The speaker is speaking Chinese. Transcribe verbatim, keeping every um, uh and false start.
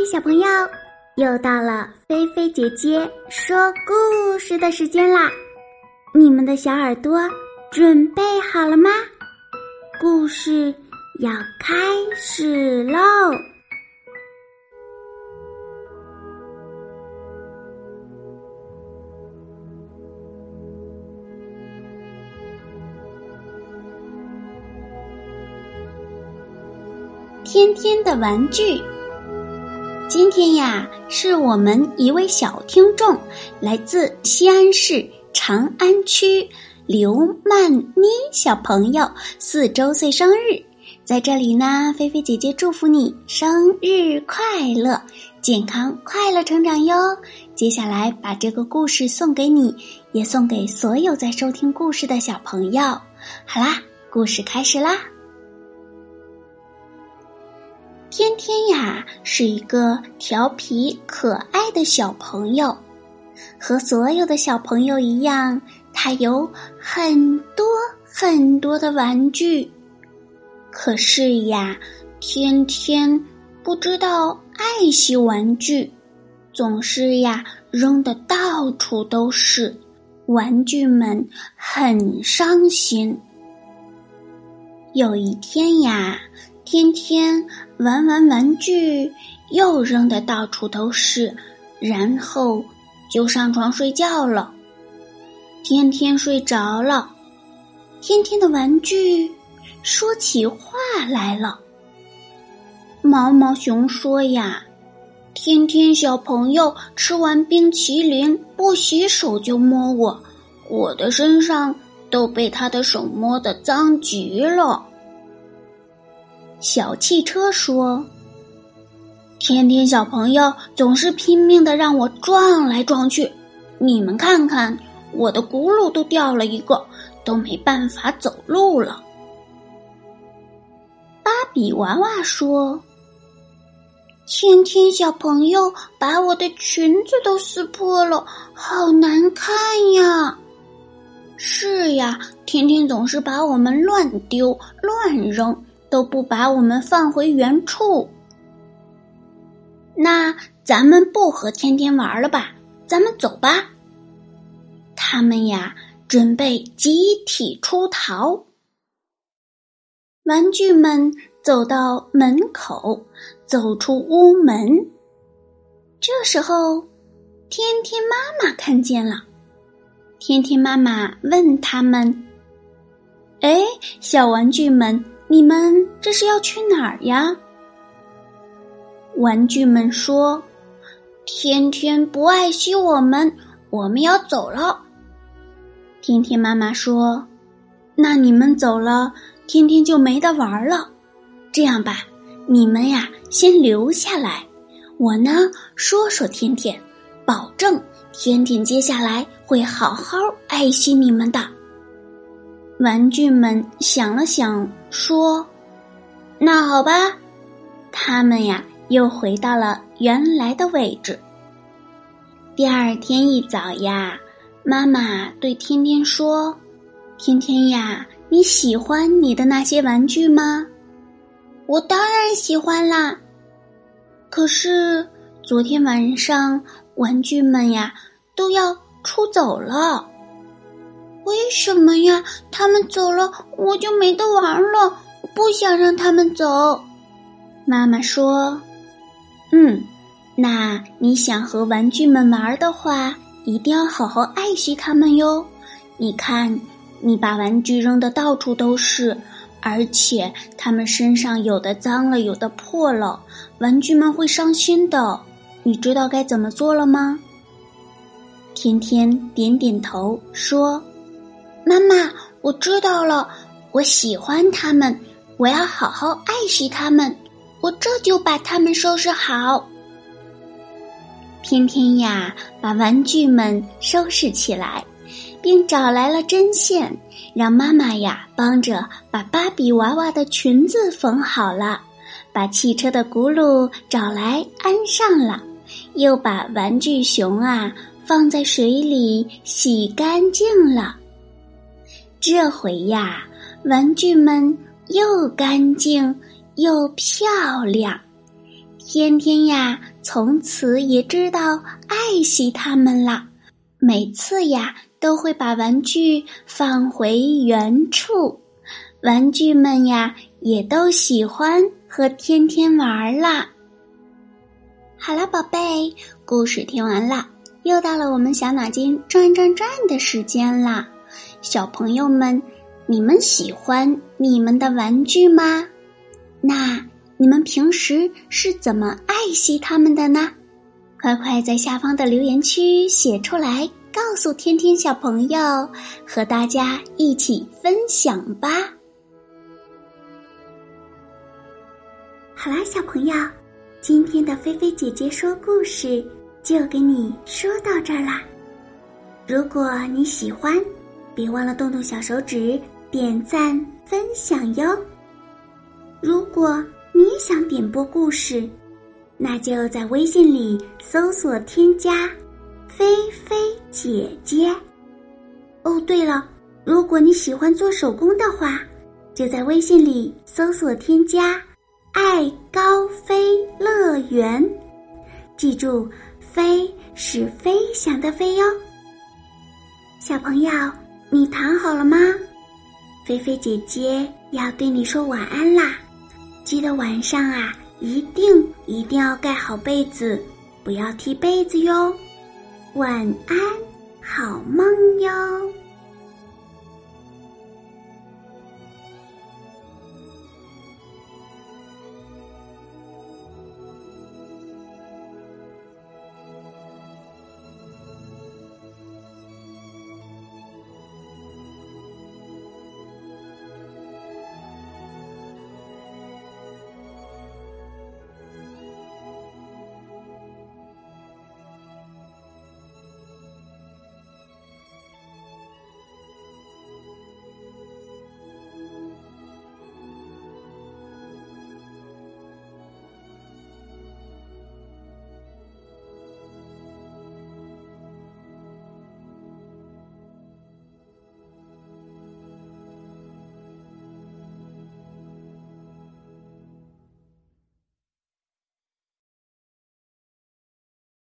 小朋友，又到了菲菲姐姐说故事的时间啦！你们的小耳朵准备好了吗？故事要开始喽！天天的玩具。今天呀，是我们一位小听众，来自西安市长安区刘曼妮小朋友四周岁生日，在这里呢，菲菲姐姐祝福你生日快乐，健康快乐成长哟。接下来把这个故事送给你，也送给所有在收听故事的小朋友。好啦，故事开始啦。天天呀，是一个调皮可爱的小朋友，和所有的小朋友一样，他有很多很多的玩具。可是呀，天天不知道爱惜玩具，总是呀扔得到处都是，玩具们很伤心。有一天呀，天天玩完玩具又扔得到处都是，然后就上床睡觉了。天天睡着了，天天的玩具说起话来了。毛毛熊说呀，天天小朋友吃完冰淇淋不洗手就摸我，我的身上都被他的手摸得脏极了。小汽车说，天天小朋友总是拼命地让我撞来撞去，你们看看，我的轱辘都掉了一个，都没办法走路了。芭比娃娃说，天天小朋友把我的裙子都撕破了，好难看呀。是呀，天天总是把我们乱丢乱扔，都不把我们放回原处。那咱们不和天天玩了吧，咱们走吧。他们呀，准备集体出逃。玩具们走到门口，走出屋门。这时候，天天妈妈看见了。天天妈妈问他们，哎，小玩具们，你们这是要去哪儿呀？玩具们说，天天不爱惜我们，我们要走了。天天妈妈说，那你们走了，天天就没得玩了。这样吧，你们呀先留下来，我呢说说天天，保证天天接下来会好好爱惜你们的。玩具们想了想说，那好吧。他们呀又回到了原来的位置。第二天一早呀，妈妈对天天说，天天呀，你喜欢你的那些玩具吗？我当然喜欢啦。可是昨天晚上玩具们呀都要出走了。为什么呀？他们走了，我就没得玩了，我不想让他们走。妈妈说，嗯，那你想和玩具们玩的话，一定要好好爱惜它们哟。你看，你把玩具扔得到处都是，而且它们身上有的脏了，有的破了，玩具们会伤心的。你知道该怎么做了吗？天天点点头说，妈妈，我知道了，我喜欢它们，我要好好爱惜它们，我这就把它们收拾好。天天呀，把玩具们收拾起来，并找来了针线，让妈妈呀帮着把芭比娃娃的裙子缝好了，把汽车的轱辘找来安上了，又把玩具熊啊放在水里洗干净了。这回呀，玩具们又干净又漂亮。 天天呀，从此也知道爱惜它们了。每次呀，都会把玩具放回原处。玩具们呀，也都喜欢和天天玩啦。好了，宝贝，故事听完了，又到了我们小脑筋转转转的时间啦。小朋友们，你们喜欢你们的玩具吗？那你们平时是怎么爱惜它们的呢？快快在下方的留言区写出来，告诉天天小朋友，和大家一起分享吧。 好啦，小朋友，今天的菲菲姐姐说故事就给你说到这儿啦。如果你喜欢，别忘了动动小手指点赞分享哟。如果你也想点播故事，那就在微信里搜索添加菲菲姐姐。哦，对了，如果你喜欢做手工的话，就在微信里搜索添加爱高飞乐园。记住，飞是飞翔的飞哟。小朋友，你躺好了吗？菲菲姐姐要对你说晚安啦。记得晚上啊，一定一定要盖好被子，不要踢被子哟。晚安，好梦哟。